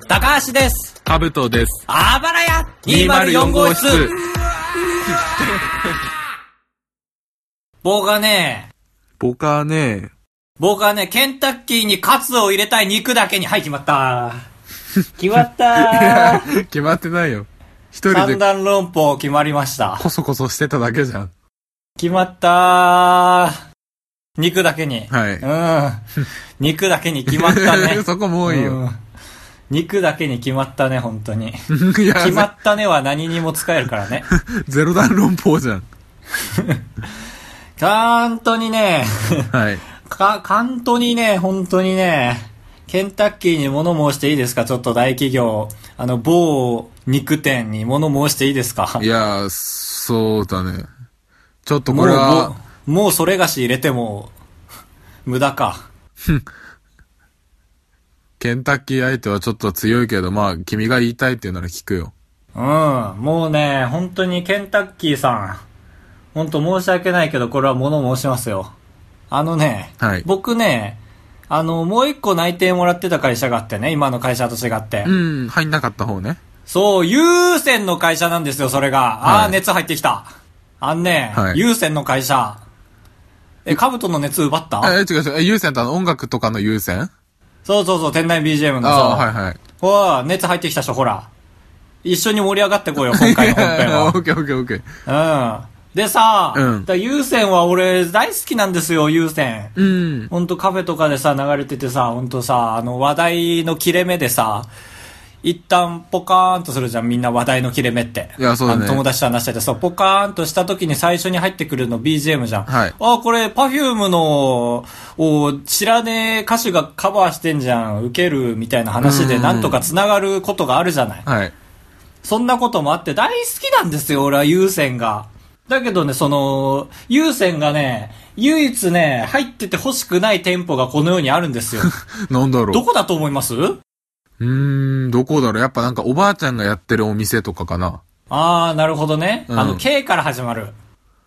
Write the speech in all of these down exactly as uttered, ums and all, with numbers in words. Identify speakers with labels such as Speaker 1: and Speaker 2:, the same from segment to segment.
Speaker 1: 高橋です。
Speaker 2: カブトです。
Speaker 1: あばらやにーまるよんごう室。僕はね、
Speaker 2: 僕はね、
Speaker 1: 僕はね、ケンタッキーにカツを入れたい肉だけに、はい、決まった。決まったー。
Speaker 2: 決まってないよ。一人で
Speaker 1: 三段論法決まりました。
Speaker 2: コソコソしてただけじゃん。
Speaker 1: 決まったー。肉だけに。
Speaker 2: はい。
Speaker 1: うん。肉だけに決まったね。
Speaker 2: そこもういいよ。
Speaker 1: うん、肉だけに決まったね、本当に。
Speaker 2: いや
Speaker 1: 決まったねは何にも使えるからね。
Speaker 2: ゼロ段論法じゃん。
Speaker 1: 本当にね、
Speaker 2: はい。
Speaker 1: か、本当にね、本当にね、ケンタッキーに物申していいですか？ちょっと大企業、あの、某肉店に物申していいですか？
Speaker 2: いや、そうだね。ちょっとこれは。
Speaker 1: もう、もうそれがし入れても、無駄か。
Speaker 2: ケンタッキー相手はちょっと強いけど、まあ、君が言いたいっていうなら聞くよ。
Speaker 1: うん。もうね、本当にケンタッキーさん、本当申し訳ないけど、これは物申しますよ。あのね、
Speaker 2: はい、
Speaker 1: 僕ね、あの、もう一個内定もらってた会社があってね、今の会社と違って。
Speaker 2: うん、入んなかった方ね。
Speaker 1: そう、優先の会社なんですよ、それが。はい、ああ、熱入ってきた。あんね、はい、優先の会社。え、カブトの熱奪った？
Speaker 2: え、違う違う。え、優先ってあの音楽とかの優先？
Speaker 1: そうそうそう、店内 ビージーエム のさ。
Speaker 2: ああ、はいはい。
Speaker 1: ほら、熱入ってきたしょ、ほら。一緒に盛り上がってこいよ、今回の本編は。
Speaker 2: オッケーオッケーオッケ
Speaker 1: ー。うん。でさ、うん、だ優先は俺大好きなんですよ、優先。
Speaker 2: うん。
Speaker 1: ほんとカフェとかでさ、流れててさ、ほんとさ、あの話題の切れ目でさ、一旦ポカーンとするじゃん、みんな話題の切れ目って。
Speaker 2: いや、そうだね。
Speaker 1: あの友達と話してて、そう、ポカーンとした時に最初に入ってくるの ビージーエム じゃん。
Speaker 2: はい。
Speaker 1: あ、これ、パフュームの、を知らねえ歌手がカバーしてんじゃん、ウケるみたいな話でなんとか繋がることがあるじゃない。
Speaker 2: はい。
Speaker 1: そんなこともあって大好きなんですよ、俺は優先が。だけどね、その、優先がね、唯一ね、入ってて欲しくない店舗がこの世にあるんですよ。
Speaker 2: なんだろう。
Speaker 1: どこだと思います？う
Speaker 2: ーん、どこだろう。やっぱなんかおばあちゃんがやってるお店とかかな。
Speaker 1: あー、なるほどね。
Speaker 2: うん、
Speaker 1: あの、K から始まる。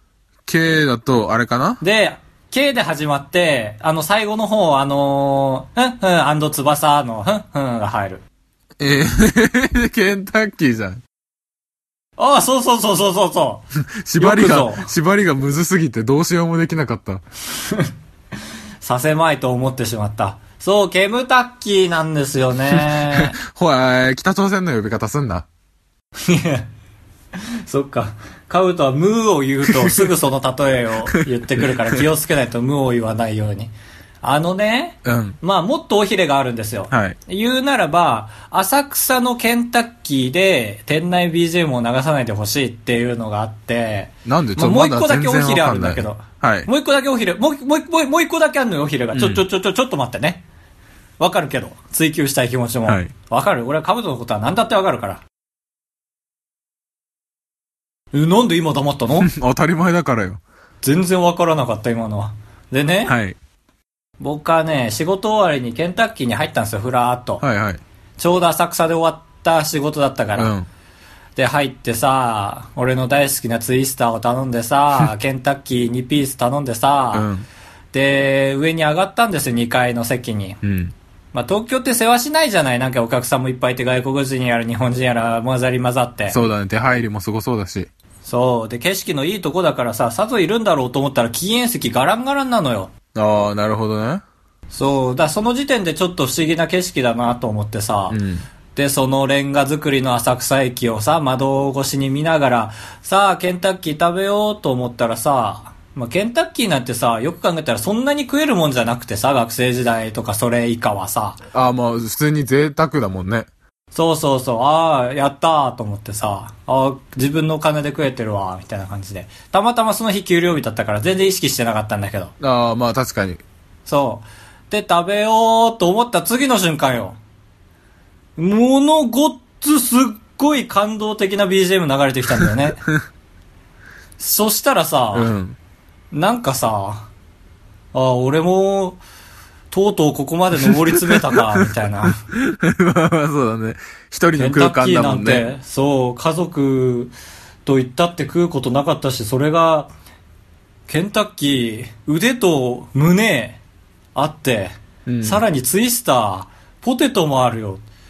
Speaker 2: K だと、あれかな？
Speaker 1: で、K で始まって、あの、最後の方、あのー、ふんふん、アンド翼の、ふんふんが入る。
Speaker 2: えー、ケンタッキーじゃん。
Speaker 1: ああ、そうそうそうそうそうそう。
Speaker 2: 縛りが、縛りがむずすぎてどうしようもできなかった。
Speaker 1: させまいと思ってしまった。そう、ケムタッキーなんですよね。
Speaker 2: ほら、北朝鮮の呼び方すんな。
Speaker 1: いや、そっか。カウトはムーを言うとすぐその例えを言ってくるから気をつけないとムーを言わないように。あのね、
Speaker 2: うん、
Speaker 1: まあもっと尾ひれがあるんですよ、
Speaker 2: はい、
Speaker 1: 言うならば浅草のケンタッキーで店内 ビージーエム を流さないでほしいっていうのがあって、
Speaker 2: なんでちょっと
Speaker 1: まあ、もう一個だけ尾ひれあるんだけど、
Speaker 2: はい、
Speaker 1: もう一個だけ尾ひれもうもうもう一個だけあるのよ尾ひれが、ちょちょちょちょちょっと待ってね、わかるけど追求したい気持ちもわ、はい、かる。俺はカブトのことは何だってわかるから。え、なんで今黙ったの？
Speaker 2: 当たり前だからよ。
Speaker 1: 全然わからなかった今のは。でね、
Speaker 2: はい、
Speaker 1: 僕はね、仕事終わりにケンタッキーに入ったんですよ、ふらーっと。
Speaker 2: はいはい。
Speaker 1: ちょうど浅草で終わった仕事だったから。うん、で、入ってさ、俺の大好きなツイスターを頼んでさ、ケンタッキーにピース頼んでさ、うん、で、上に上がったんですよ、にかいの席に。うん、まあ、東京って世話しないじゃない。なんかお客さんもいっぱいいて、外国人やら日本人やら混ざり混ざって。
Speaker 2: そうだね、手入りもすごそうだし。
Speaker 1: そう。で、景色のいいとこだからさ、さぞいるんだろうと思ったら禁煙席ガランガランなのよ。
Speaker 2: ああ、なるほどね。
Speaker 1: そう。だその時点でちょっと不思議な景色だなと思ってさ、うん、で、そのレンガ造りの浅草駅をさ、窓越しに見ながら、さあ、ケンタッキー食べようと思ったらさ、まあ、ケンタッキーなんてさ、よく考えたらそんなに食えるもんじゃなくてさ、学生時代とかそれ以下はさ。
Speaker 2: ああ、まあ、普通に贅沢だもんね。
Speaker 1: そうそうそう、ああ、やったーと思ってさ、ああ、自分のお金で食えてるわ、みたいな感じで。たまたまその日給料日だったから全然意識してなかったんだけど。
Speaker 2: ああ、まあ確かに。
Speaker 1: そう。で、食べようと思った次の瞬間よ。ものごっつすっごい感動的な ビージーエム 流れてきたんだよね。そしたらさ、うん、なんかさ、あ、俺も、とうとうここまで上り詰めたか、みたいな。ま
Speaker 2: あまあそうだね。一人の空間だもんね。
Speaker 1: ケンタッキーなんて、そう、家族と言ったって食うことなかったし、それが、ケンタッキー、腕と胸あって、うん、さらにツイスター、ポテトもあるよ。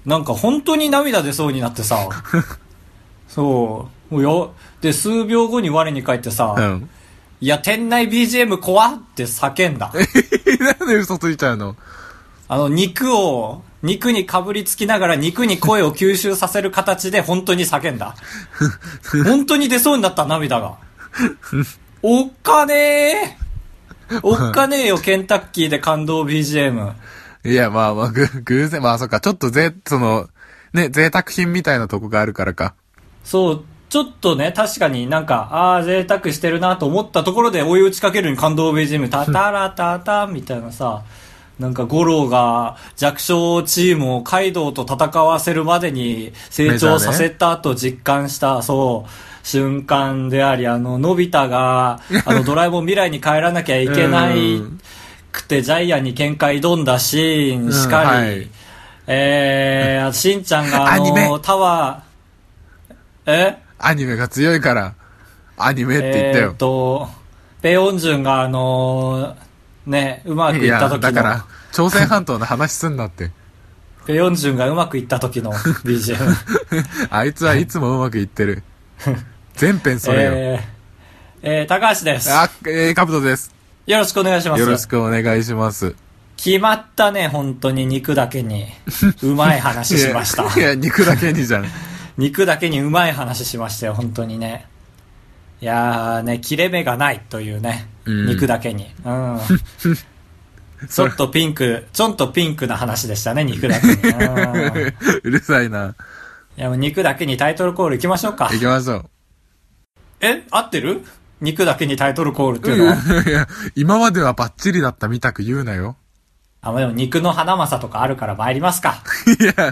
Speaker 1: なんか本当に涙出そうになってさ、そう、もうよ、で、数秒後に我に返ってさ、
Speaker 2: うん。
Speaker 1: いや、店内 ビージーエム 怖って叫んだ。
Speaker 2: なんで嘘ついちゃうの？
Speaker 1: あの、肉を、肉にかぶりつきながら肉に声を吸収させる形で本当に叫んだ。本当に出そうになった涙が。おっかねー。おっかねーよ、ケンタッキーで感動 ビージーエム。
Speaker 2: いや、まあまあ、ぐ、偶然、まあそっか、ちょっとぜ、その、ね、贅沢品みたいなとこがあるからか。
Speaker 1: そう、ちょっとね、確かになんか、ああ、贅沢してるなと思ったところで追い打ちかけるに感動 ビージーエム、タタラタタみたいなさ、なんか五郎が弱小チームをカイドウと戦わせるまでに成長させたと実感した、そう、瞬間であり、あの、のび太が、あの、ドラえもん未来に帰らなきゃいけないくて、ジャイアンに喧嘩挑んだシーンしかり、うんはい、えー、しんちゃんがあの、タワー、え
Speaker 2: アニメが強いから、アニメって言ったよ。
Speaker 1: えーっと、ペヨンジュンがあのー、ね、うまくいった時の。
Speaker 2: いや、だから、朝鮮半島の話すんなって。
Speaker 1: ペヨンジュンがうまくいった時の ビージーエム。
Speaker 2: あいつはいつもうまくいってる。全編それよ。
Speaker 1: えー、えー、高橋です。
Speaker 2: あ、えー、カブトです。
Speaker 1: よろしくお願いします。
Speaker 2: よろしくお願いします。
Speaker 1: 決まったね、本当に肉だけに。うまい話しました。
Speaker 2: いや、いや肉だけにじゃん。
Speaker 1: 肉だけにうまい話しましたよ、本当にね。いやーね、切れ目がないというね、うん、肉だけに。うん。ちょっとピンク、ちょっとピンクな話でしたね、肉だけに。う,
Speaker 2: うるさいな。
Speaker 1: いや、もう肉だけにタイトルコール行きましょうか。
Speaker 2: 行きましょう。
Speaker 1: え、合ってる？肉だけにタイトルコールっていうのは。
Speaker 2: いや、今まではバッチリだったみたく言うなよ。
Speaker 1: あ、でも肉の花正とかあるから参りますか。
Speaker 2: いや。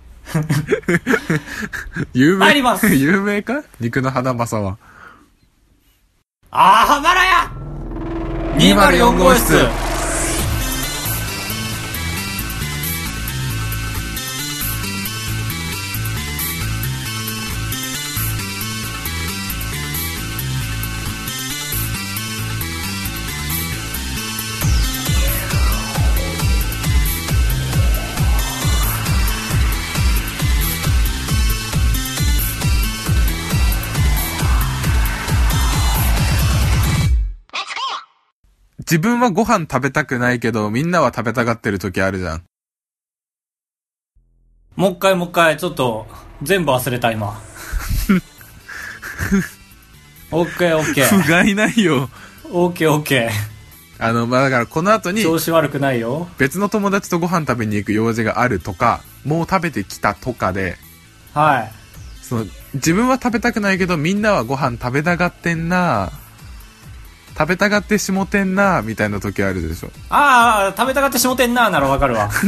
Speaker 2: 有名
Speaker 1: 参ります。
Speaker 2: 有名か？肉の花正は。
Speaker 1: あーはまらや !にーまるよん 号室。
Speaker 2: 自分はご飯食べたくないけど、みんなは食べたがってる時あるじゃん。
Speaker 1: もう一回もう一回、ちょっと、全部忘れた今。オッケーオッケー。
Speaker 2: 不甲斐ないよ。
Speaker 1: オッケーオッケー。
Speaker 2: あの、まあ、だからこの後に、
Speaker 1: 調子悪くないよ。
Speaker 2: 別の友達とご飯食べに行く用事があるとか、もう食べてきたとかで、
Speaker 1: はい。
Speaker 2: その、自分は食べたくないけど、みんなはご飯食べたがってんな食べたがってしもてんなみたいな時あるでしょ。
Speaker 1: ああ、食べたがってしもてんなならわかるわ。うん。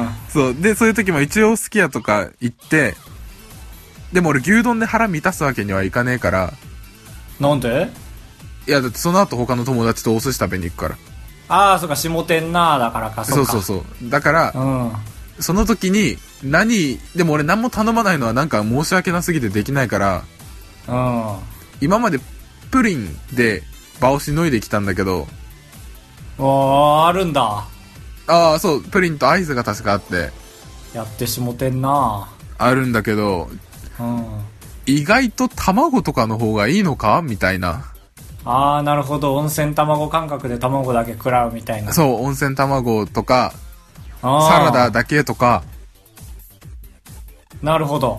Speaker 2: そう。で、そういう時も一応好きやとか言って、でも俺牛丼で腹満たすわけにはいかねえから。
Speaker 1: なんで？
Speaker 2: いや、だってその後他の友達とお寿司食べに行くから。
Speaker 1: ああ、そうか、しもてんなだからか、
Speaker 2: そうそうそう。だから、うん、その時に、何、でも俺何も頼まないのはなんか申し訳なすぎてできないから、
Speaker 1: うん。
Speaker 2: 今までプリンで、場をしのいできたんだけど。
Speaker 1: ああ、あるんだ。
Speaker 2: ああ、そう、プリンとアイスが確かあって。
Speaker 1: やってしもてんな。
Speaker 2: あるんだけど、
Speaker 1: うん。
Speaker 2: 意外と卵とかの方がいいのかみたいな。
Speaker 1: ああ、なるほど。温泉卵感覚で卵だけ食らうみたいな。
Speaker 2: そう、温泉卵とか、サラダだけとか。
Speaker 1: なるほど。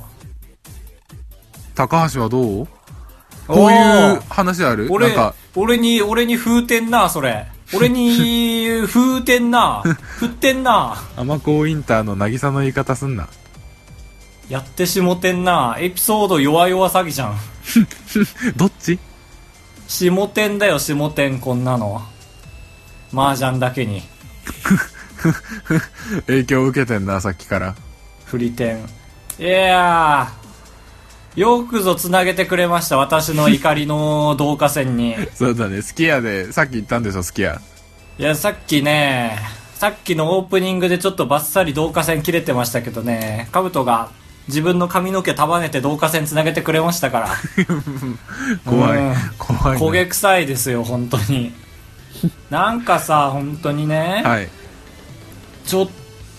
Speaker 2: 高橋はどう？こういう話ある？
Speaker 1: 俺、
Speaker 2: なんか
Speaker 1: 俺に、俺に風てんな、それ。俺に、風てんな。振ってんな。
Speaker 2: 甘子インターの渚の言い方すんな。
Speaker 1: やってしもてんな。エピソード弱々詐欺じゃん。
Speaker 2: どっち？
Speaker 1: しもてんだよ、しもてん、こんなの。麻雀だけに。
Speaker 2: 影響受けてんな、さっきから。
Speaker 1: 振り点。いやー。よくぞつなげてくれました、私の怒りの導火線に。
Speaker 2: そうだね、スキヤで、さっき言ったんでしょ、スキヤ。
Speaker 1: いや、さっきね、さっきのオープニングでちょっとバッサリ導火線切れてましたけどね、カブトが自分の髪の毛束ねて導火線つなげてくれましたから。
Speaker 2: 怖い、うん、怖い、ね。
Speaker 1: 焦げ臭いですよ、本当に。なんかさ、本当にね、
Speaker 2: はい、
Speaker 1: ちょっ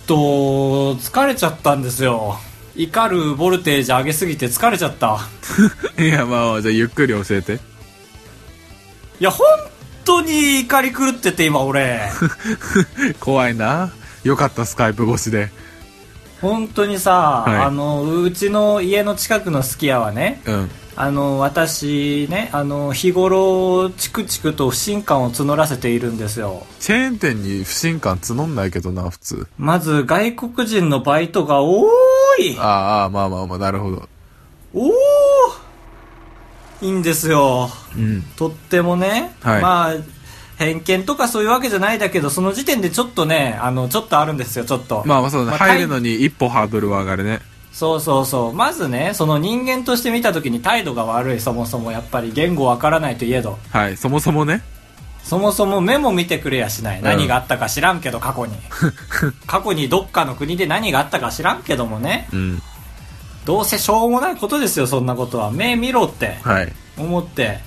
Speaker 1: と疲れちゃったんですよ。怒るボルテージ上げすぎて疲れちゃった。
Speaker 2: いや、まあじゃあゆっくり教えて。
Speaker 1: いや本当に怒り狂ってて今俺。
Speaker 2: 怖いな。よかったスカイプ越しで。
Speaker 1: 本当にさ、
Speaker 2: はい、
Speaker 1: あのうちの家の近くのすき家はね、
Speaker 2: うん、
Speaker 1: あの私ね、あの日頃チクチクと不信感を募らせているんですよ。
Speaker 2: チェーン店に不信感募んないけどな普通。
Speaker 1: まず外国人のバイトが多い。
Speaker 2: ああ、まあまあまあ、なるほど。
Speaker 1: おーいいんですよ、
Speaker 2: うん、
Speaker 1: とってもね、はい、まあ偏見とかそういうわけじゃないだけど、その時点でちょっとね、あのちょっとあるんですよ。ちょっと
Speaker 2: まあまあそうだね、まあ、入るのに一歩ハードルは上がるね。
Speaker 1: そうそうそう。まずね、その人間として見た時に態度が悪い。そもそもやっぱり言語わからないといえど、
Speaker 2: はい、そもそもね、
Speaker 1: そもそも目も見てくれやしない、うん、何があったか知らんけど過去に過去にどっかの国で何があったか知らんけどもね、うん、どうせしょうもないことですよ。そんなことは目見ろって思って、はい、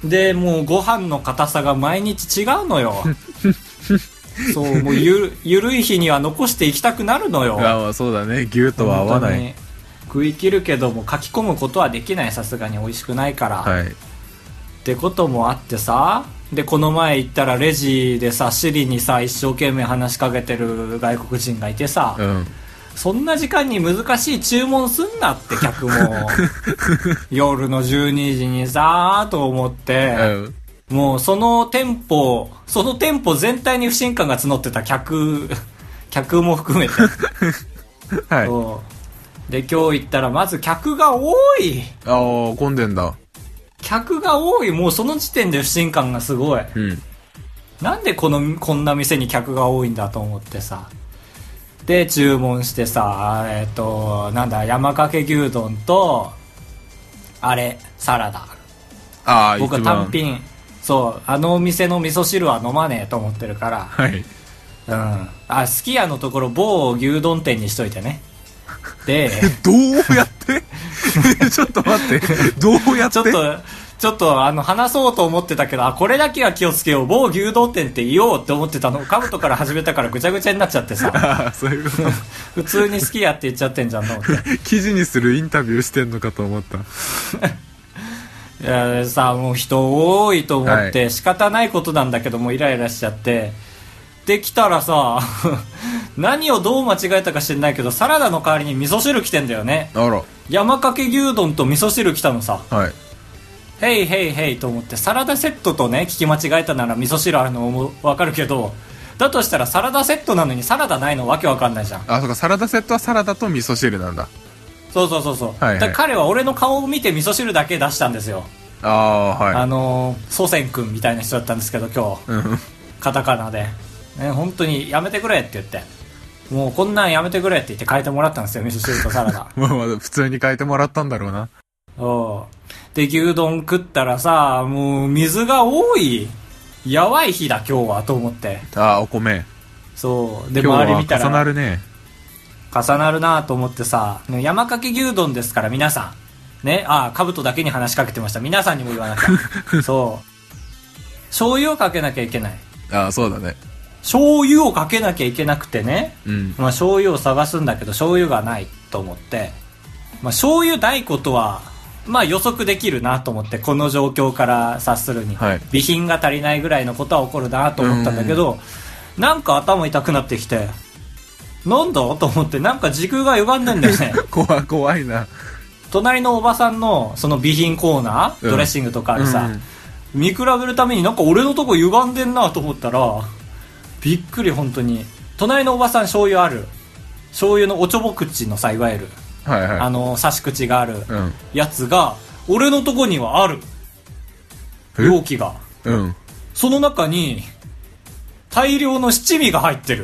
Speaker 1: でもうご飯の硬さが毎日違うのよ。そうもう ゆ, ゆるい日には残していきたくなるのよ。
Speaker 2: ああそうだね、牛とは合わない。
Speaker 1: 食い切るけども書き込むことはできない。さすがに美味しくないから、はい、ってこともあってさ、でこの前行ったらレジでさ、シリにさ一生懸命話しかけてる外国人がいてさ、うん、そんな時間に難しい注文すんなって客も夜のじゅうにじにさーと思って、うん、もうその店舗その店舗全体に不信感が募ってた客客も含めて、はい、そうで今日行ったらまず客が多い。
Speaker 2: ああ混んでんだ。
Speaker 1: 客が多い。もうその時点で不信感がすごい、うん、なんでこのこんな店に客が多いんだと思ってさ、で注文してさ、えっとなんだ山かけ牛丼とあれサラダ。あ僕は単品、そうあのお店の味噌汁は飲まねえと思ってるから、はい、うん、あすき家のところ某牛丼店にしといてね。で
Speaker 2: どうやってちょっと待ってどうやって
Speaker 1: ちょっとちょっとあの話そうと思ってたけど、あこれだけは気をつけよう、某牛丼店って言おうって思ってたの。カブトから始めたからぐちゃぐちゃになっちゃってさ
Speaker 2: あそういうこと
Speaker 1: 普通に好きやって言っちゃってんじゃんと思って
Speaker 2: 記事にするインタビューしてんのかと思った
Speaker 1: いやさもう人多いと思って、はい、仕方ないことなんだけどもイライラしちゃって、できたらさ何をどう間違えたか知らないけどサラダの代わりに味噌汁来てんだよね。
Speaker 2: あら
Speaker 1: 山かけ牛丼と味噌汁来たのさ、
Speaker 2: はい、
Speaker 1: ヘイヘイヘイと思って、サラダセットとね聞き間違えたなら味噌汁あるのも分かるけど、だとしたらサラダセットなのにサラダないのわけわかんないじゃん。
Speaker 2: あそうか、サラダセットはサラダと味噌汁なんだ。
Speaker 1: そうそうそうそう、はいはい、だ彼は俺の顔を見て味噌汁だけ出したんですよ。
Speaker 2: ああはい、
Speaker 1: あの祖先くんみたいな人だったんですけど今日カタカナで、ね、本当にやめてくれって言って、もうこんなんやめてくれって言って変えてもらったんですよ、味噌汁とサラダ
Speaker 2: まあまあ普通に変えてもらったんだろうな。
Speaker 1: おで牛丼食ったらさ、もう水が多い、やばい日だ今日はと思って。
Speaker 2: ああお米、
Speaker 1: そうで周り見たら
Speaker 2: 重なるね、
Speaker 1: 重なるなと思ってさ、山かけ牛丼ですから皆さんね、ああカブトだけに話しかけてました、皆さんにも言わなきゃそう醤油をかけなきゃいけない。
Speaker 2: ああそうだね、
Speaker 1: 醤油をかけなきゃいけなくてね、
Speaker 2: うん、
Speaker 1: まあ醤油を探すんだけど醤油がないと思って、まあ醤油ないことはまあ予測できるなと思って、この状況から察するに、はい、備品が足りないぐらいのことは起こるなと思ったんだけど、なんか頭痛くなってきて、なんだと思って、なんか時空が歪んでんだよね
Speaker 2: 怖怖いな。
Speaker 1: 隣のおばさんのその備品コーナー、うん、ドレッシングとかあるさ、うん、見比べるためになんか俺のとこ歪んでんなと思ったらびっくり。本当に隣のおばさん醤油ある、醤油のおちょぼ口のさ、いわゆる、はいはい、あの差し口があるやつが、うん、俺のとこにはある容器が、うん、その中に大量の七味が入ってる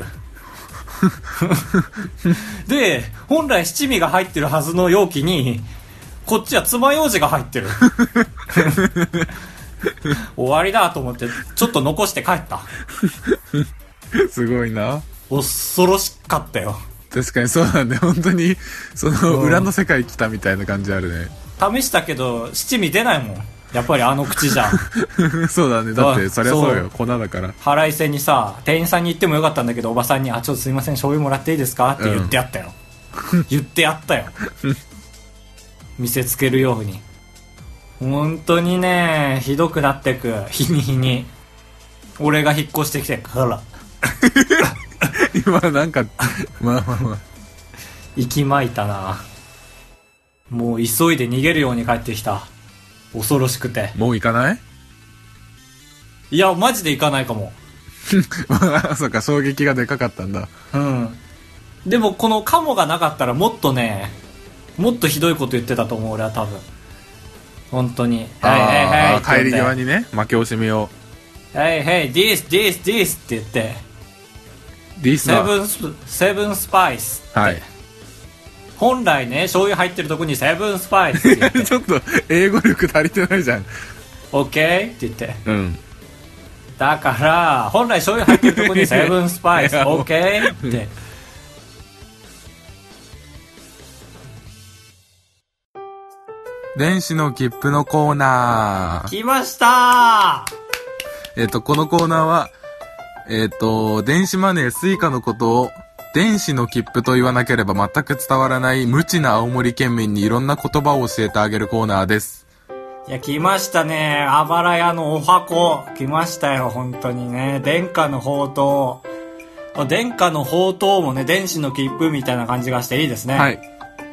Speaker 1: で本来七味が入ってるはずの容器にこっちは爪楊枝が入ってる終わりだと思ってちょっと残して帰った
Speaker 2: すごいな、
Speaker 1: 恐ろしかったよ。
Speaker 2: 確かにそうなんで、本当にその裏の世界来たみたいな感じあるね。
Speaker 1: 試したけど七味出ないもんやっぱりあの口じゃん。
Speaker 2: そうだね。だって、そりゃそうよ。粉だから。
Speaker 1: 腹いせにさ、店員さんに言ってもよかったんだけど、おばさんに、あ、ちょっとすいません、醤油もらっていいですかって言ってやったよ。うん、言ってやったよ。見せつけるように。本当にね、ひどくなってく。日に日に。俺が引っ越してきてから。
Speaker 2: 今なんか、まあまあまあ。
Speaker 1: 息巻いたな。もう急いで逃げるように帰ってきた。恐ろしくて。
Speaker 2: もう行かない？
Speaker 1: いや、マジで行かないかも。
Speaker 2: そうか、衝撃がでかかったんだ。
Speaker 1: うん。でもこのカモがなかったらもっとね、もっとひどいこと言ってたと思う、俺は多分。本当に。はいはいはい。
Speaker 2: 帰り際にね、負け惜しみを。
Speaker 1: はいはい、this, this, this って言って。
Speaker 2: this
Speaker 1: セブンス、セブンスパイスって。はい。本来ね、醤油入ってるとこにセブンスパイスって言って
Speaker 2: ちょっと英語力足りてないじゃん。
Speaker 1: オッケーって言って。
Speaker 2: うん。
Speaker 1: だから、本来醤油入ってるとこにセブンスパイス、オッケーって。
Speaker 2: 電子の切符のコーナー。
Speaker 1: 来ました
Speaker 2: ー。えっと、このコーナーは、えっと、電子マネースイカのことを、電子の切符と言わなければ全く伝わらない無知な青森県民にいろんな言葉を教えてあげるコーナーです。
Speaker 1: いや、来ましたね。あばら屋のお箱。来ましたよ、本当にね。殿下の宝刀。殿下の宝刀もね、電子の切符みたいな感じがしていいですね。
Speaker 2: はい。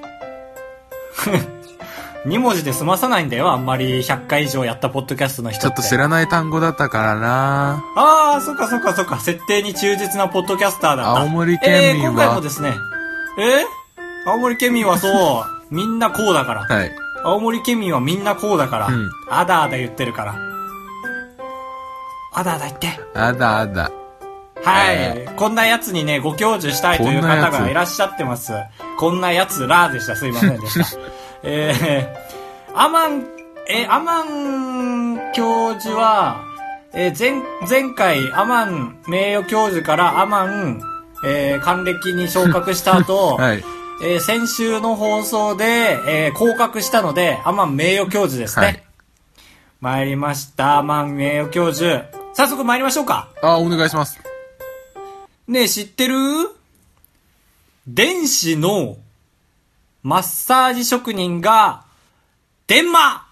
Speaker 1: に文字で済まさないんだよ、あんまりひゃっかい以上やったポッドキャストの人って。
Speaker 2: ちょっと知らない単語だったからな。
Speaker 1: ああ、そっかそっかそっか。設定に忠実なポッドキャスターだった。
Speaker 2: 青森県民は、
Speaker 1: えー、今回もですね。えー、青森県民はそう、みんなこうだから。
Speaker 2: はい。
Speaker 1: 青森県民はみんなこうだから。うん。あだあだ言ってるから。あだあだ言って。
Speaker 2: あだあだ。
Speaker 1: はい、えー。こんなやつにね、ご教授したいという方がいらっしゃってます。こんなやつらでした。すいませんでした。えー、アマン、えー、アマン教授は、えー、前、前回、アマン名誉教授からアマン、えー、還暦に昇格した後、はい、えー、先週の放送で、えー、降格したので、アマン名誉教授ですね。はい、参りました、アマン名誉教授。早速参りましょうか。
Speaker 2: あ、お願いします。
Speaker 1: ねえ、知ってる？電子のマッサージ職人が、電マ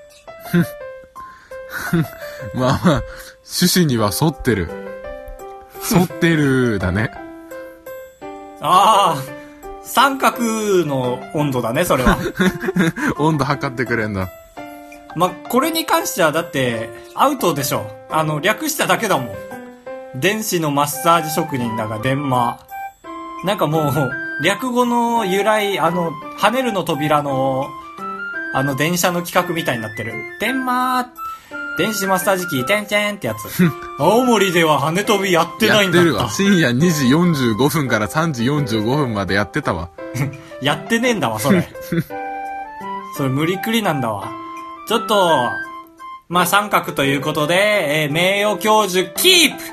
Speaker 2: まあまあ、趣旨には沿ってる。沿ってる、だね。
Speaker 1: ああ、三角の温度だね、それは。
Speaker 2: 温度測ってくれんだ。
Speaker 1: まあ、これに関してはだって、アウトでしょ。あの、略しただけだもん。電子のマッサージ職人だが、電マ。なんかもう、略語の由来、あの、跳ねるの扉の、あの、電車の企画みたいになってる。電マー、電子マッサージ機、てんてんってやつ。青森では跳ね飛びやってないんだった。やってるわ。
Speaker 2: 深夜にじよんじゅうごふんからさんじよんじゅうごふんまでやってたわ。
Speaker 1: やってねえんだわ、それ。それ無理くりなんだわ。ちょっと、まあ、三角ということで、えー、名誉教授、キープ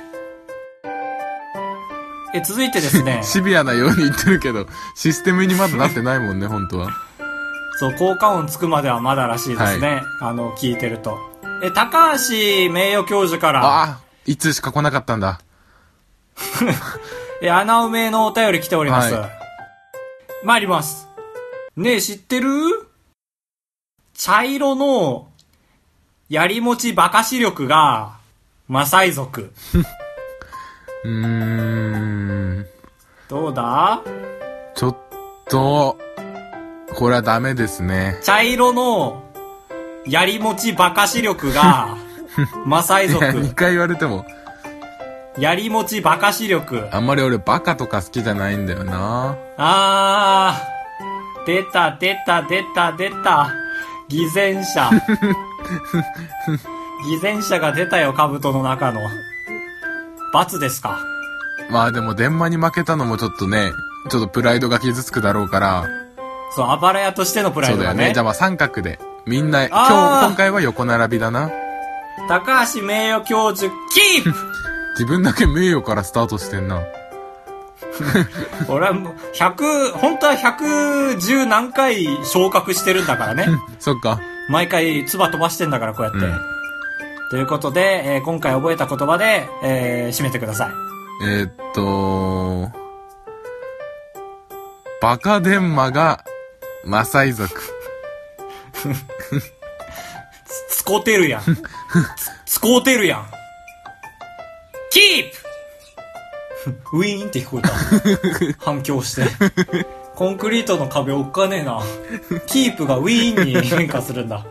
Speaker 1: え、続いてですね。
Speaker 2: シビアなように言ってるけど、システムにまだなってないもんね、本当は。
Speaker 1: そう、効果音つくまではまだらしいですね。はい、あの、聞いてると。え、高橋名誉教授から。
Speaker 2: ああ、いつしか来なかったんだ。
Speaker 1: え、穴埋めのお便り来ております。はい、参ります。ねえ、知ってる？茶色の、槍持ちバカ視力が、マサイ族。
Speaker 2: うーん。
Speaker 1: どうだ？
Speaker 2: ちょっと、これはダメですね。
Speaker 1: 茶色の、槍持ちバカ視力が、マサイ族。
Speaker 2: にかい言われても。
Speaker 1: 槍持ちバカ視力。
Speaker 2: あんまり俺バカとか好きじゃないんだよな。
Speaker 1: あー。出た出た出た出た。偽善者。偽善者が出たよ、兜の中の。罰ですか。
Speaker 2: まあでも電話に負けたのもちょっとね、ちょっとプライドが傷つくだろうから。
Speaker 1: そう、あばら屋としてのプライドがね。
Speaker 2: そうだよね。じゃあまあ三角で。みんな、今日、今回は横並びだな。
Speaker 1: 高橋名誉教授、キープ
Speaker 2: 自分だけ名誉からスタートしてんな。
Speaker 1: 俺はもうひゃく、本当はひゃくじゅう何回昇格してるんだからね。
Speaker 2: そっか。
Speaker 1: 毎回唾飛ばしてんだからこうやって。うん、ということで、えー、今回覚えた言葉で、えー、締めてください。
Speaker 2: えー、っと、バカ電マがマサイ族。
Speaker 1: つ、つこてるやん。つ、つこうてるやん。キープウィーンって聞こえた。反響して。コンクリートの壁おっかねえな。キープがウィーンに変化するんだ。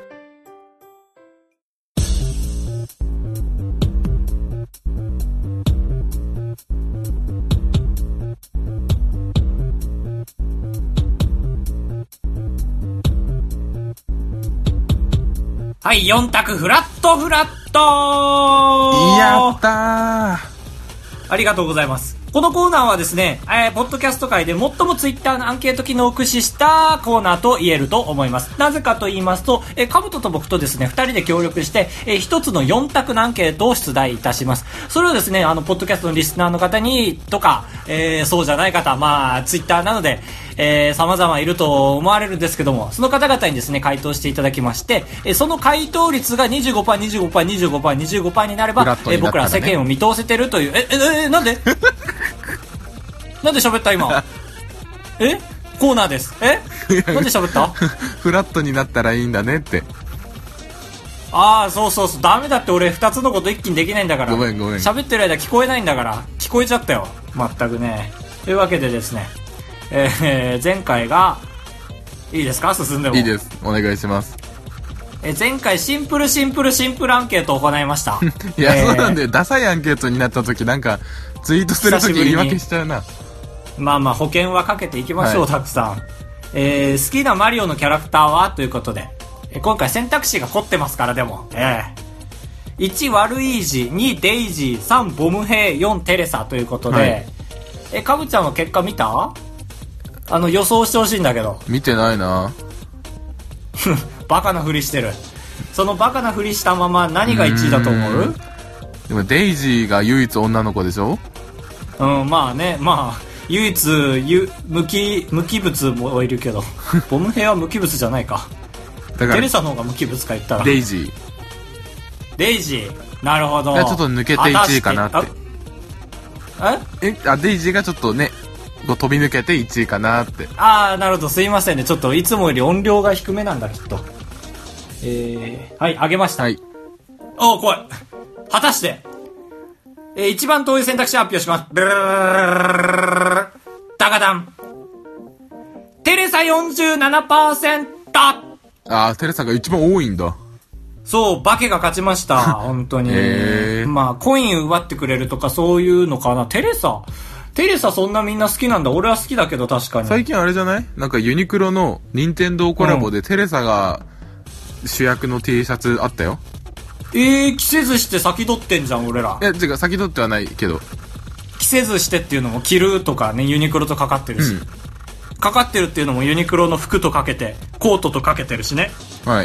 Speaker 1: はい、よん択フラットフラット
Speaker 2: やったー。
Speaker 1: ありがとうございます。このコーナーはですね、えー、ポッドキャスト界で最もツイッターのアンケート機能を駆使したコーナーと言えると思います。なぜかと言いますと、えー、カブトと僕とですね、二人で協力して、えー、一つのよん択のアンケートを出題いたします。それをですね、あの、ポッドキャストのリスナーの方に、とか、えー、そうじゃない方、まあ、ツイッターなので、えー、様々いると思われるんですけども、その方々にですね、回答していただきまして、えー、その回答率が にじゅうごパーセント、にじゅうごパーセント、にじゅうごパーセント、にじゅうごパーセント になれば、
Speaker 2: ね
Speaker 1: えー、僕ら世間を見通せてるという、え、え、え、なんでなんで喋った今えコーナーです。えなんで喋った
Speaker 2: フラットになったらいいんだねって。
Speaker 1: ああ、そうそうそう。ダメだって俺二つのこと一気にできないんだから。
Speaker 2: ごめんごめん。
Speaker 1: 喋ってる間聞こえないんだから。聞こえちゃったよ。まったくね。というわけでですね。えー、前回が、いいですか進んでも。
Speaker 2: いいです。お願いします。
Speaker 1: えー、前回シンプルシンプルシンプルアンケートを行いました。
Speaker 2: いや、えー、そうなんだよ。ダサいアンケートになった時なんか、ツイートする時言い訳しちゃうな。
Speaker 1: まあまあ保険はかけていきましょう、はい、たくさん。えー、好きなマリオのキャラクターはということで、えー、今回選択肢が凝ってますから、でも。えー、いちワルイージ、にデイジー、さんボムヘイ、よんテレサということで、はい、え、かぶちゃんは結果見た？あの予想してほしいんだけど。
Speaker 2: 見てないな。
Speaker 1: バカなふりしてる。そのバカなふりしたまま何がいちいだと思う？
Speaker 2: でもデイジーが唯一女の子でしょ？
Speaker 1: うん、まあね、まあ唯一ゆ無機無機物もいるけどボムヘイは無機物じゃないか。だからテレサの方が無機物か言ったら
Speaker 2: デイジー
Speaker 1: デイジーなるほど。
Speaker 2: ちょっと抜けていちいかなって。
Speaker 1: え
Speaker 2: えあデイジーがちょっとね飛び抜けていちいかなって。
Speaker 1: ああなるほど、すいませんね、ちょっといつもより音量が低めなんだきっと。えー、はいあげました。はい。おー怖い。果たしてえー、一番遠い選択肢発表します。ブルルルルルルルダガダン。テレサ よんじゅうななパーセント。
Speaker 2: あー、テレサが一番多いんだ。
Speaker 1: そう、バケが勝ちました。本当に。
Speaker 2: えー、
Speaker 1: まあ、コイン奪ってくれるとかそういうのかな。テレサテレサそんなみんな好きなんだ。俺は好きだけど確かに。
Speaker 2: 最近あれじゃない？なんかユニクロの任天堂コラボでテレサが主役の T シャツあったよ。
Speaker 1: えー、着せずして先取ってんじゃん俺ら。
Speaker 2: いや違う、先取ってはないけど
Speaker 1: 着せずしてっていうのも着るとかね、ユニクロとかかってるし、うん、かかってるっていうのもユニクロの服とかけてコートとかけてるしね。
Speaker 2: はい。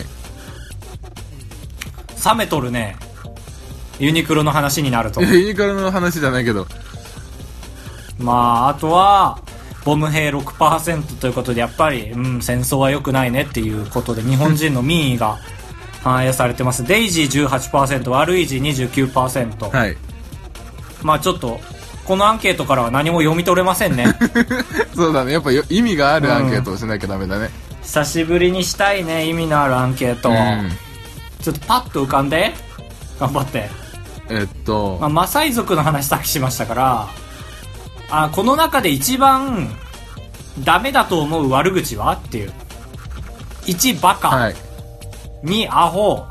Speaker 1: 冷めとるねユニクロの話になると。
Speaker 2: ユニクロの話じゃないけど、
Speaker 1: まああとはボム兵 ろくパーセント ということでやっぱり、うん、戦争は良くないねっていうことで日本人の民意が反映されてます。デイジー じゅうはちパーセント、ワルイージ にじゅうきゅうパーセント。
Speaker 2: はい。
Speaker 1: まあちょっとこのアンケートからは何も読み取れませんね。
Speaker 2: そうだね、やっぱ意味があるアンケートをしなきゃダメだね、
Speaker 1: うん、久しぶりにしたいね、意味のあるアンケート、うん、ちょっとパッと浮かんで頑張って。
Speaker 2: えっと、
Speaker 1: まあ、マサイ族の話さっきしましたから、あこの中で一番ダメだと思う悪口はっていう。いちバカ、はい、にアホ、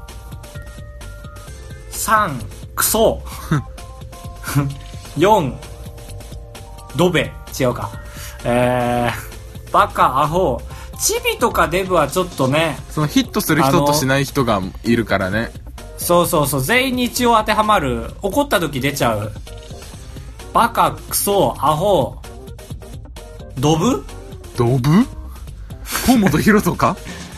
Speaker 1: さんクソよんドベ、違うか、えー、バカアホチビとかデブはちょっとね、
Speaker 2: そのヒットする人としない人がいるからね。
Speaker 1: そうそうそう、全員に一応当てはまる。怒った時出ちゃう。バカクソアホドブ
Speaker 2: ドブ河本大翔か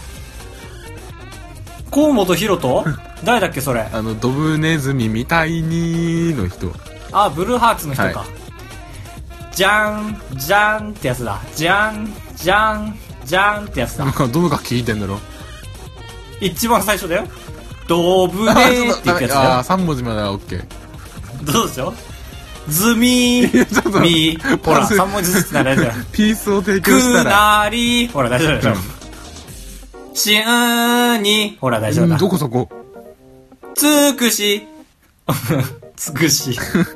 Speaker 1: 河本大翔誰だっけそれ。
Speaker 2: あのドブネズミみたいにの人。
Speaker 1: あブルーハーツの人か、はい、 じゃん、じゃんってやつだ。じゃん、じゃん、じゃんってやつだ。
Speaker 2: どの楽器弾いてんだろ。
Speaker 1: 一番最初だよ。ドブネーって言ったやつだよ。
Speaker 2: ああ、さん文字まではオッケー。
Speaker 1: どうでしょズミー、ミー、ほら、さん文字ずつなら大丈夫。
Speaker 2: ピースを提供したら。
Speaker 1: くなり、ほら、大丈夫大丈夫。しゅーに、ほら、大丈夫だ。
Speaker 2: どこそこ
Speaker 1: つくし、つくし。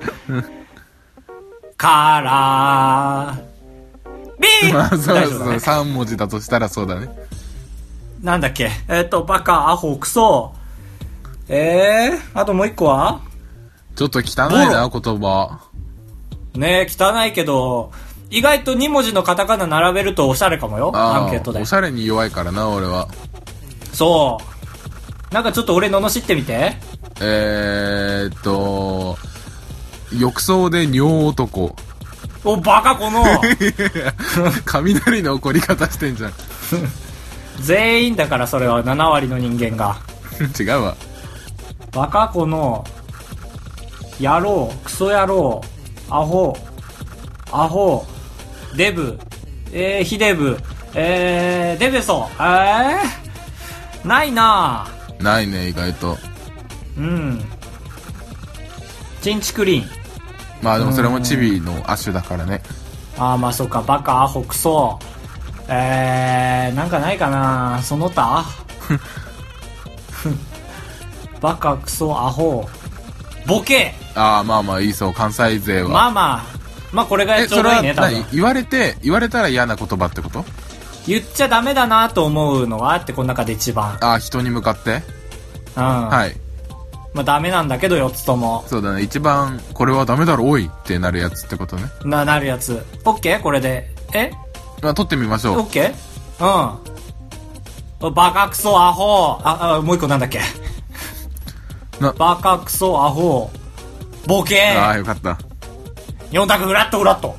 Speaker 1: からー、りー、
Speaker 2: まあ、そう
Speaker 1: 大丈夫だね。
Speaker 2: そう、さん文字だとしたらそうだね。
Speaker 1: なんだっけえっと、バカ、アホ、クソ。えー、あともう一個は
Speaker 2: ちょっと汚いな、言葉。
Speaker 1: ねえ、汚いけど、意外とに文字のカタカナ並べるとおしゃれかもよ、アンケートで。
Speaker 2: おしゃれに弱いからな、俺は。
Speaker 1: そう。なんかちょっと俺罵ってみて。
Speaker 2: えーっと、浴槽で尿男。
Speaker 1: お、バカこの
Speaker 2: 雷の起こり方してんじゃん。
Speaker 1: 全員だからそれはなな割の人間が。
Speaker 2: 違うわ。
Speaker 1: バカこの、野郎、クソ野郎、アホ、アホ、デブ、えー、ヒデブ、えー、デベソ、えー、ないな
Speaker 2: ぁ。ないね、意外と。
Speaker 1: うん。チンチクリン。
Speaker 2: まあでもそれもチビの亜種だからね。
Speaker 1: ああ、まあそうか、バカ、アホ、クソ。えー、なんかないかなその他バカ、クソ、アホ、ボケ。
Speaker 2: ああ、まあまあいいそう、関西勢は。
Speaker 1: まあまあ、まあこれがちょうどいいね、多分。
Speaker 2: 言われて、言われたら嫌な言葉ってこと？
Speaker 1: 言っちゃダメだなと思うのはってこの中で一番。
Speaker 2: ああ、人に向かって？
Speaker 1: うん。
Speaker 2: はい。
Speaker 1: まあダメなんだけどよっつとも。
Speaker 2: そうだね、一番、これはダメだろ、おいってなるやつってことね。
Speaker 1: な、なるやつ。オッケーこれで。え？
Speaker 2: まあ、撮ってみましょう。
Speaker 1: オッケー？うん。バカクソアホあ、あ、もう一個なんだっけ
Speaker 2: な
Speaker 1: バカクソアホボケ
Speaker 2: ああ、よかった。
Speaker 1: よん択フラットフラット。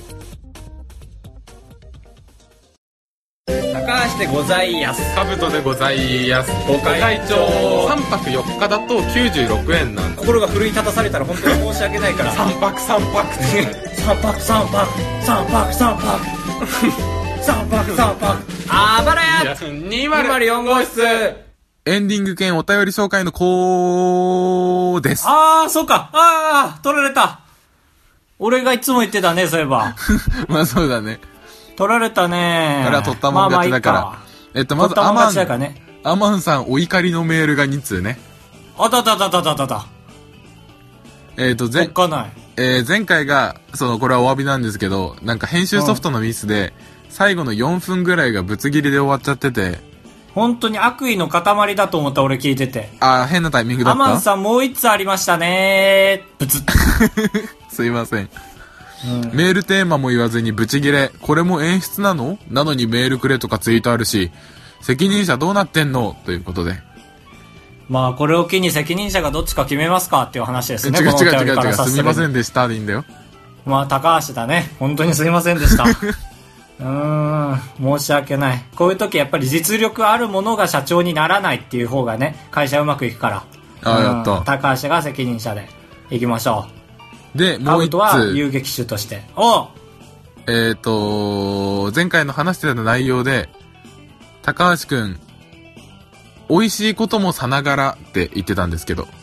Speaker 1: 高橋でございやす。
Speaker 2: カブトでございやす。
Speaker 1: ご会長
Speaker 2: さんぱくよっかだときゅうじゅうろくえんなんで。
Speaker 1: 心が奮い立たされたら本当に申し訳ないから
Speaker 2: さんぱくさんぱく
Speaker 1: さんぱくさんぱくさんぱくさんぱくさんぱくさんぱくあばらやにまるよん号室。
Speaker 2: エンディング兼お便り紹介のコーです。
Speaker 1: あー、そうか。あー、取られた。俺がいつも言ってたね、そういえば。
Speaker 2: まあそうだね。
Speaker 1: 取られたね。
Speaker 2: あれは取ったもん勝ちだから。まあまあいいか。えっと、まずアマン、ね、アマンさんお怒りのメールがに通ね。
Speaker 1: あたたたたたたた。
Speaker 2: えっと、前、
Speaker 1: かない。
Speaker 2: えー、前回が、その、これはお詫びなんですけど、なんか編集ソフトのミスで、うん、最後のよんぷんぐらいがぶつ切りで終わっちゃってて、
Speaker 1: 本当に悪意の塊だと思った俺聞いてて。
Speaker 2: あー、変なタイミングだった。
Speaker 1: アマンさんもう一つありましたねー。ブツッ。
Speaker 2: すいません。うん、メールテーマも言わずにブチギレ。これも演出なの？なのにメールくれとかツイートあるし、責任者どうなってんの？ということで。
Speaker 1: まあこれを機に責任者がどっちか決めますかっていう話ですね。
Speaker 2: 違う違う違う違う。すみませんでしたでいいんだよ。
Speaker 1: まあ高橋だね。本当にすみませんでした。うーん、申し訳ない。こういう時やっぱり実力あるものが社長にならないっていう方がね、会社うまくいくから。
Speaker 2: ああ、やった。
Speaker 1: 高橋が責任者でいきましょ
Speaker 2: う。で、もう一つ。
Speaker 1: は遊撃手として。お
Speaker 2: えっと、前回の話してた内容で、高橋くん、美味しいこともさながらって言ってたんですけど。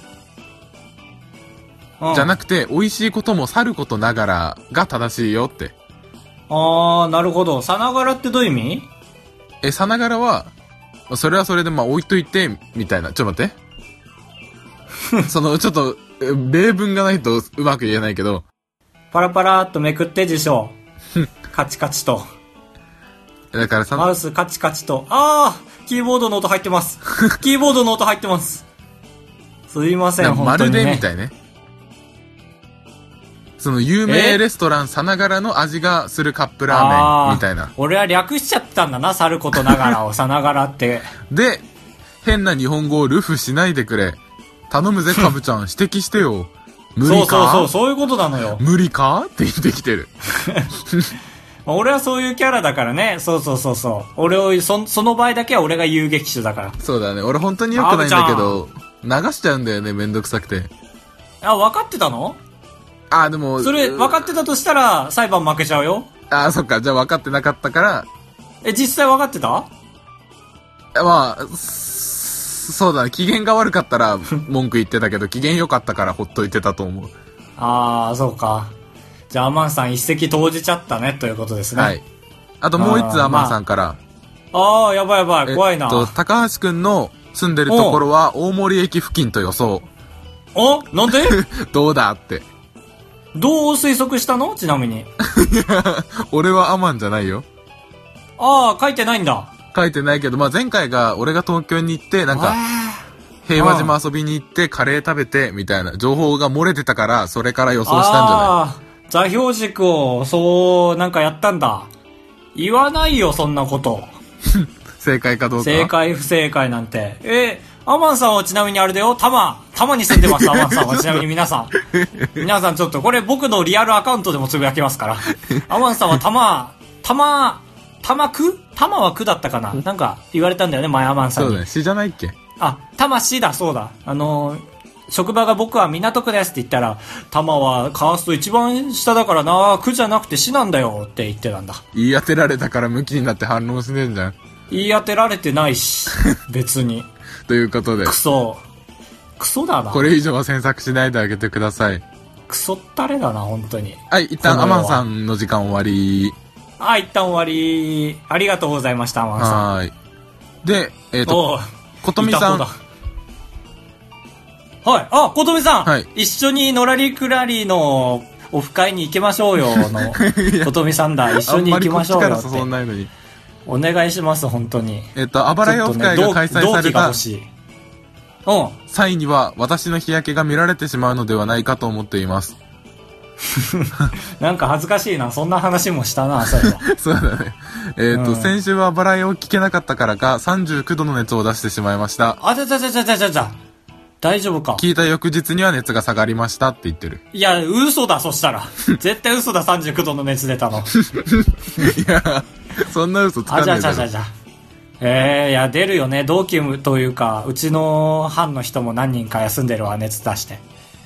Speaker 2: うん、じゃなくて、美味しいこともさることながらが正しいよって。
Speaker 1: あー、なるほど。さながらってどういう意味？
Speaker 2: え、さながらは、それはそれでまあ置いといて、みたいな。ちょっと待って。その、ちょっと、例文がないとうまく言えないけど。
Speaker 1: パラパラっとめくって辞書。カチカチと。
Speaker 2: だからさ、
Speaker 1: マウスカチカチと。あー、キーボードの音入ってます。キーボードの音入ってます。すいません、
Speaker 2: まるでみたいね。その有名レストランさながらの味がするカップラーメンみたいな。
Speaker 1: 俺は略しちゃったんだな、さることながらをさながらって。
Speaker 2: で、変な日本語をルフしないでくれ。頼むぜ、カブちゃん、指摘してよ。無理か？
Speaker 1: そうそうそう、そういうことなのよ。
Speaker 2: 無理かって言ってきてる。
Speaker 1: 俺はそういうキャラだからね。そうそうそうそう。俺を、そ、その場合だけは俺が遊撃手だから。
Speaker 2: そうだね。俺本当に良くないんだけど、流しちゃうんだよね、めんどくさくて。
Speaker 1: あ、分かってたの？
Speaker 2: あーでも、
Speaker 1: それ分かってたとしたら裁判負けちゃうよ。
Speaker 2: ああ、そっか。じゃあ分かってなかったから、
Speaker 1: え、実際分かってた？
Speaker 2: まあ、そうだね。機嫌が悪かったら文句言ってたけど、機嫌良かったからほっといてたと思う。
Speaker 1: ああ、そうか。じゃあアマンさん一石投じちゃったねということですね。
Speaker 2: はい。あともう一つアマンさんから。
Speaker 1: あ、まあ、あー、やばいやばい。怖いな。
Speaker 2: えっと、高橋くんの住んでるところは大森駅付近と予想。
Speaker 1: お、なんで
Speaker 2: どうだって。
Speaker 1: どう推測したの？ちなみに。い
Speaker 2: や、俺はアマンじゃないよ。
Speaker 1: ああ、書いてないんだ。
Speaker 2: 書いてないけど、まあ、前回が俺が東京に行って、なんか、平和島遊びに行ってカレー食べてみたいな情報が漏れてたから、それから予想したんじゃない？ああ、
Speaker 1: 座標軸を、そう、なんかやったんだ。言わないよ、そんなこと。
Speaker 2: 正解かどうか。
Speaker 1: 正解不正解なんて。えー、アマンさんはちなみにあれだよ、タマ、タマに住んでます、アマンさんは。ちなみに皆さん。皆さんちょっと、これ僕のリアルアカウントでもつぶやきますから。アマンさんはタマ、タマ、タマ区？タマは区だったかな？なんか言われたんだよね、前アマンさんに。
Speaker 2: そうだね、市じゃないっけ？
Speaker 1: あ、タマ市だ、そうだ。あのー、職場が僕は港区ですって言ったら、タマはカースト一番下だからな、区じゃなくて市なんだよって言ってたんだ。
Speaker 2: 言い当てられたからムキになって反論しねえんじゃん。
Speaker 1: 言い当てられてないし、別に。
Speaker 2: ということで。
Speaker 1: クソ。クソだな。
Speaker 2: これ以上は詮索しないであげてください。
Speaker 1: クソったれだな、本当に。
Speaker 2: はい、一旦アマンさんの時間終わり。
Speaker 1: あ、一旦終わり。ありがとうございました、アマンさん。
Speaker 2: はい。で、えっと、ことみさん。
Speaker 1: はい。あ、ことみさん。
Speaker 2: はい。
Speaker 1: 一緒にのらりくらりのオフ会に行きましょうよ、の、ことみさんだ。一緒に行きましょうよって。あんまりこっちから誘んないのに。お願いします、本当に。
Speaker 2: えっと、あばらやオフ会が開催された際には、私の日焼けが見られてしまうのではないかと思っています。
Speaker 1: なんか恥ずかしいな。そんな話もしたな、それは。
Speaker 2: そうだね。えっと、うん、先週はあばらやを聞けなかったからか、さんじゅうきゅうどの熱を出してしまいました。
Speaker 1: あちゃちゃちゃちゃちゃちゃちゃ。大丈夫か？
Speaker 2: 聞いた翌日には熱が下がりましたって言ってる。
Speaker 1: いや、嘘だ、そしたら。絶対嘘だ、さんじゅうきゅうどの熱出たの。い
Speaker 2: や、そんな嘘つかないだろ。あ、じゃあじゃあじゃあ。
Speaker 1: えー、いや、出るよね。同期というか、うちの班の人も何人か休んでるわ、熱出して。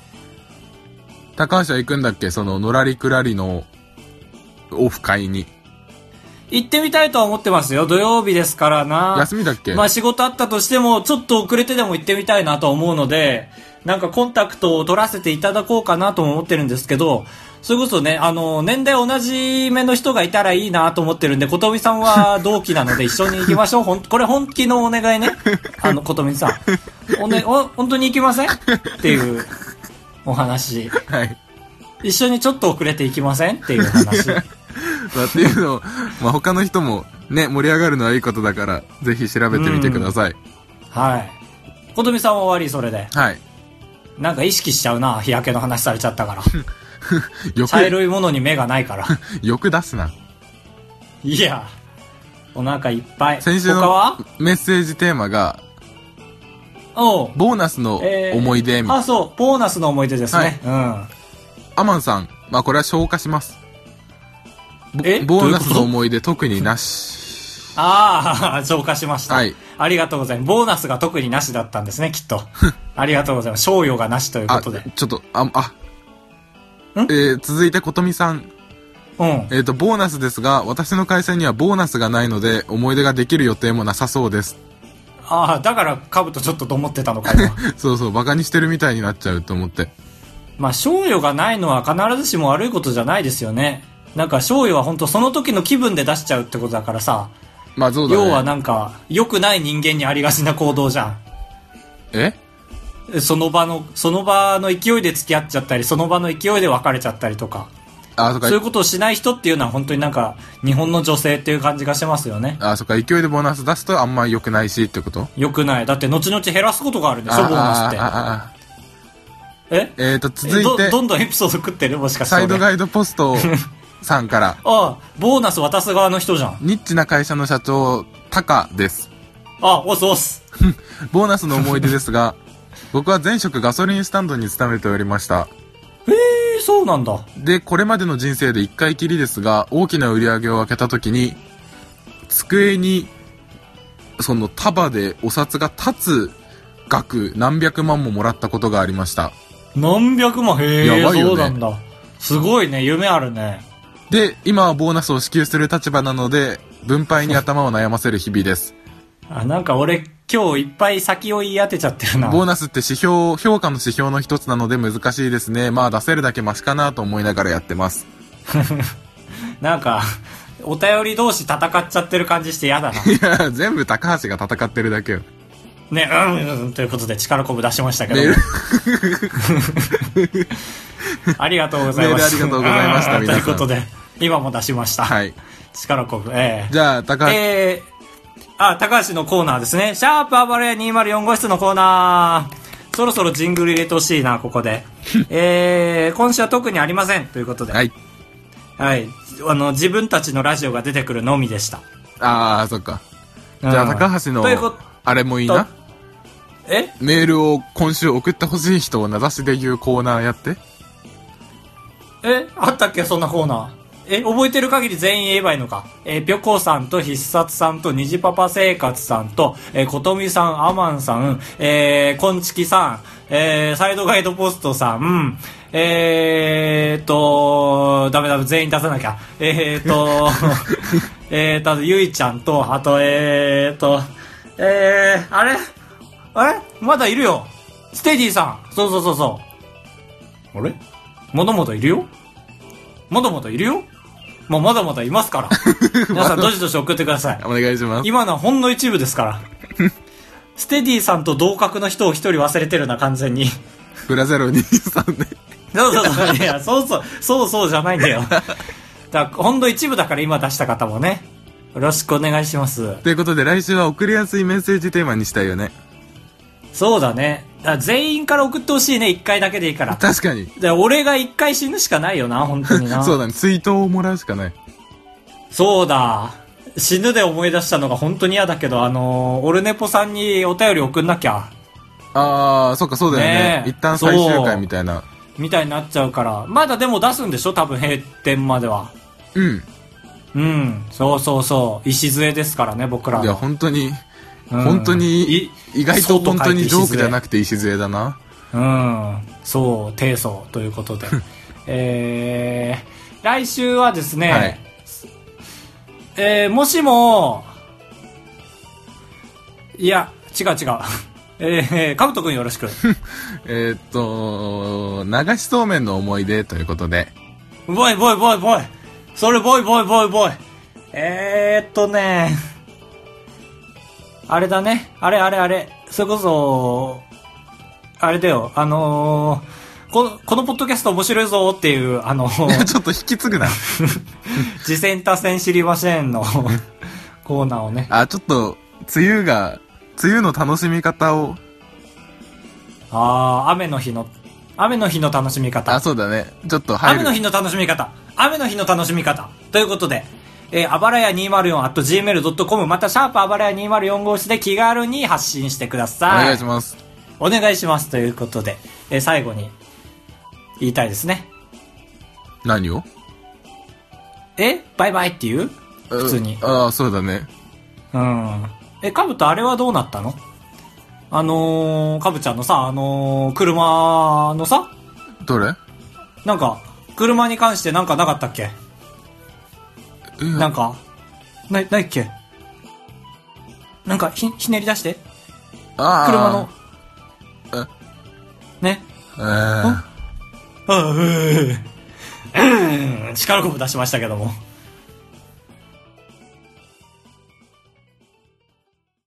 Speaker 2: 高橋は行くんだっけ？その、のらりくらりのオフ会に。
Speaker 1: 行ってみたいとは思ってますよ。土曜日ですからな。
Speaker 2: 休みだっけ？
Speaker 1: まあ仕事あったとしても、ちょっと遅れてでも行ってみたいなと思うので、なんかコンタクトを取らせていただこうかなとも思ってるんですけど、それこそね、あの、年代同じ目の人がいたらいいなと思ってるんで、ことみさんは同期なので一緒に行きましょう。ほん、これ本気のお願いね。あの、ことみさん。おね、お、本当に行きませんっていうお話。
Speaker 2: はい。
Speaker 1: 一緒にちょっと遅れて行きませんっていう話。
Speaker 2: まあ、っていうのを、まあ、他の人もね、盛り上がるのはいいことだから、ぜひ調べてみてください。
Speaker 1: はい。ことみさんは終わり、それで。
Speaker 2: はい。
Speaker 1: なんか意識しちゃうな、日焼けの話されちゃったから。茶色いものに目がないから。
Speaker 2: よく出すな。
Speaker 1: いや、お腹いっぱい。
Speaker 2: 先週のメッセージテーマが、
Speaker 1: おう
Speaker 2: ボーナスの思い出みたいな、
Speaker 1: えー、あ、そう、ボーナスの思い出ですね。はい、うん。
Speaker 2: アマンさん、まあこれは消化します。えボーナスの思い出特になし。
Speaker 1: ああ、消化しました。
Speaker 2: はい。
Speaker 1: ありがとうございます。ボーナスが特になしだったんですね、きっと。ありがとうございます。賞与がなしということで。
Speaker 2: ちょっと、あ、あ、えー、続いてことみさん。
Speaker 1: うん。
Speaker 2: えっ、ー、と、ボーナスですが、私の会社にはボーナスがないので、思い出ができる予定もなさそうです。
Speaker 1: ああ、だから、カブトちょっとと思ってたのか今。
Speaker 2: そうそう、バカにしてるみたいになっちゃうと思って。
Speaker 1: まあ、賞与がないのは必ずしも悪いことじゃないですよね。なんか、賞与は本当その時の気分で出しちゃうってことだからさ。
Speaker 2: まあ、そうだね。
Speaker 1: 要はなんか、良くない人間にありがちな行動じゃん。
Speaker 2: え？
Speaker 1: その場の、その場の勢いで付き合っちゃったり、その場の勢いで別れちゃったりとか。
Speaker 2: あ、そっか。
Speaker 1: そういうことをしない人っていうのは本当になんか、日本の女性っていう感じがしますよね。
Speaker 2: あ、そっか。勢いでボーナス出すとあんま良くないしってこと？
Speaker 1: 良くない。だって後々減らすことがあるんでしょ、ボーナスって。
Speaker 2: ああああ
Speaker 1: え
Speaker 2: えーと、続いて。
Speaker 1: ど、どんどんエピソード食ってる？もしかして。
Speaker 2: サイドガイドポストさんから。
Speaker 1: ああ、ボーナス渡す側の人じゃん。
Speaker 2: ニッチな会社の社長、タカです。
Speaker 1: あ、おすおす。
Speaker 2: ボーナスの思い出ですが、僕は前職ガソリンスタンドに勤めておりました。
Speaker 1: へえ、そうなんだ。
Speaker 2: で、これまでの人生で一回きりですが、大きな売り上げを開けた時に、机に、その束でお札が立つ額何百万ももらったことがありました。
Speaker 1: 何百万？へえ、やばいよね。そうなんだ。 すごいね、夢あるね。
Speaker 2: で、今はボーナスを支給する立場なので、分配に頭を悩ませる日々です。
Speaker 1: あ、なんか俺今日いっぱい先を言い当てちゃってるな。
Speaker 2: ボーナスって指標、評価の指標の一つなので難しいですね。まあ出せるだけマシかなと思いながらやってます。
Speaker 1: なんか、お便り同士戦っちゃってる感じして嫌だな。
Speaker 2: いや、全部高橋が戦ってるだけよ。
Speaker 1: ね、うん、うん、ということで力こぶ出しましたけど。ありがとうございます。
Speaker 2: メールありがとうございました、皆さん。
Speaker 1: ということで、今も出しました。
Speaker 2: はい。
Speaker 1: 力こぶ、ええー。
Speaker 2: じゃあ、高橋。
Speaker 1: えー、あ、高橋のコーナーですね。シャープあばれやにまるよん号室のコーナー。そろそろジングル入れてほしいな、ここで。えー、今週は特にありません。ということで。
Speaker 2: はい。
Speaker 1: はい。あの、自分たちのラジオが出てくるのみでした。
Speaker 2: あー、そっか。じゃあ、高橋の、あれもいいな。
Speaker 1: え
Speaker 2: メールを今週送ってほしい人を名指しで言うコーナーやって。
Speaker 1: えあったっけそんなコーナー。え覚えてる限り全員言えばいいのか。えー、ぴょこさんと必殺さんとにじパパ生活さんと、えー、ことみさん、アマンさん、えー、こんちきさん、えー、サイドガイドポストさん、えーっと、ダメダメ、全員出さなきゃ。えーっと、えーっと、ゆいちゃんと、あと、えーっと、えー、あれあれまだいるよ。ステディさん。そうそうそうそう。あれまだまだいるよ。まだまだいるよ。もうまだまだいますから。皆さんどしどし送ってください。
Speaker 2: お願いします。
Speaker 1: 今のはほんの一部ですから。ステディさんと同格の人を一人忘れてるな、完全に。
Speaker 2: プラゼロにさんね。
Speaker 1: そうそうそう。いや、そうそう、そうそうじゃないんだよ。だからほんの一部だから今出した方もね。よろしくお願いします。
Speaker 2: ということで来週は送りやすいメッセージテーマにしたいよね。
Speaker 1: そうだね。だ全員から送ってほしいね、一回だけでいいから。
Speaker 2: 確かに。
Speaker 1: で俺が一回死ぬしかないよな、本当にな。
Speaker 2: そうだね、追悼をもらうしかない。
Speaker 1: そうだ。死ぬで思い出したのが本当に嫌だけど、あのー、オルネポさんにお便り送んなきゃ。
Speaker 2: あー、そっか、そうだよね。
Speaker 1: ね
Speaker 2: 一旦最終回みたいな。
Speaker 1: みたいになっちゃうから。まだでも出すんでしょ多分閉店までは。
Speaker 2: うん。
Speaker 1: うん。そうそうそう。礎ですからね、僕らの。
Speaker 2: いや、本当に。本当に意外と本当にジョークじゃなくて礎だな。
Speaker 1: うん、そう低層ということで、えー、来週はですね、はい、えー、もしもいや違う違うえー、かぶとくんよろしく
Speaker 2: えっと流しそうめんの思い出ということで、
Speaker 1: ボイボイボイボイそれボイボイボイボイえーっとねあれだね。あれあれあれ。それこそ、あれだよ。あのー、この、このポッドキャスト面白いぞっていう、あのー、
Speaker 2: ちょっと引き継ぐな。
Speaker 1: 次戦多戦知りませんのコーナーをね。
Speaker 2: あ、ちょっと、梅雨が、梅雨の楽しみ方を。
Speaker 1: あー、雨の日の、雨の日の楽しみ方。
Speaker 2: あ、そうだね。ちょっと入る。
Speaker 1: 雨の日の楽しみ方。雨の日の楽しみ方。ということで、えー、あばらや にまるよん アットジーメールドットコム またシャープあばらやにまるよん号室で気軽に発信してください。
Speaker 2: お願いします。
Speaker 1: お願いします。ということで、えー、最後に言いたいですね。
Speaker 2: 何を？
Speaker 1: えバイバイって言う？普通に。
Speaker 2: ああ、そうだね。
Speaker 1: うん。え、かぶとあれはどうなったの？あのー、かぶちゃんのさ、あのー、車のさ、
Speaker 2: どれ？
Speaker 1: なんか、車に関してなんかなかったっけ？なんか、な、ないっけなんか、ひ、ひねり出して。
Speaker 2: ああ。
Speaker 1: 車の。
Speaker 2: え
Speaker 1: ね。
Speaker 2: えー。
Speaker 1: ああ、うん。力こぶ出しましたけども。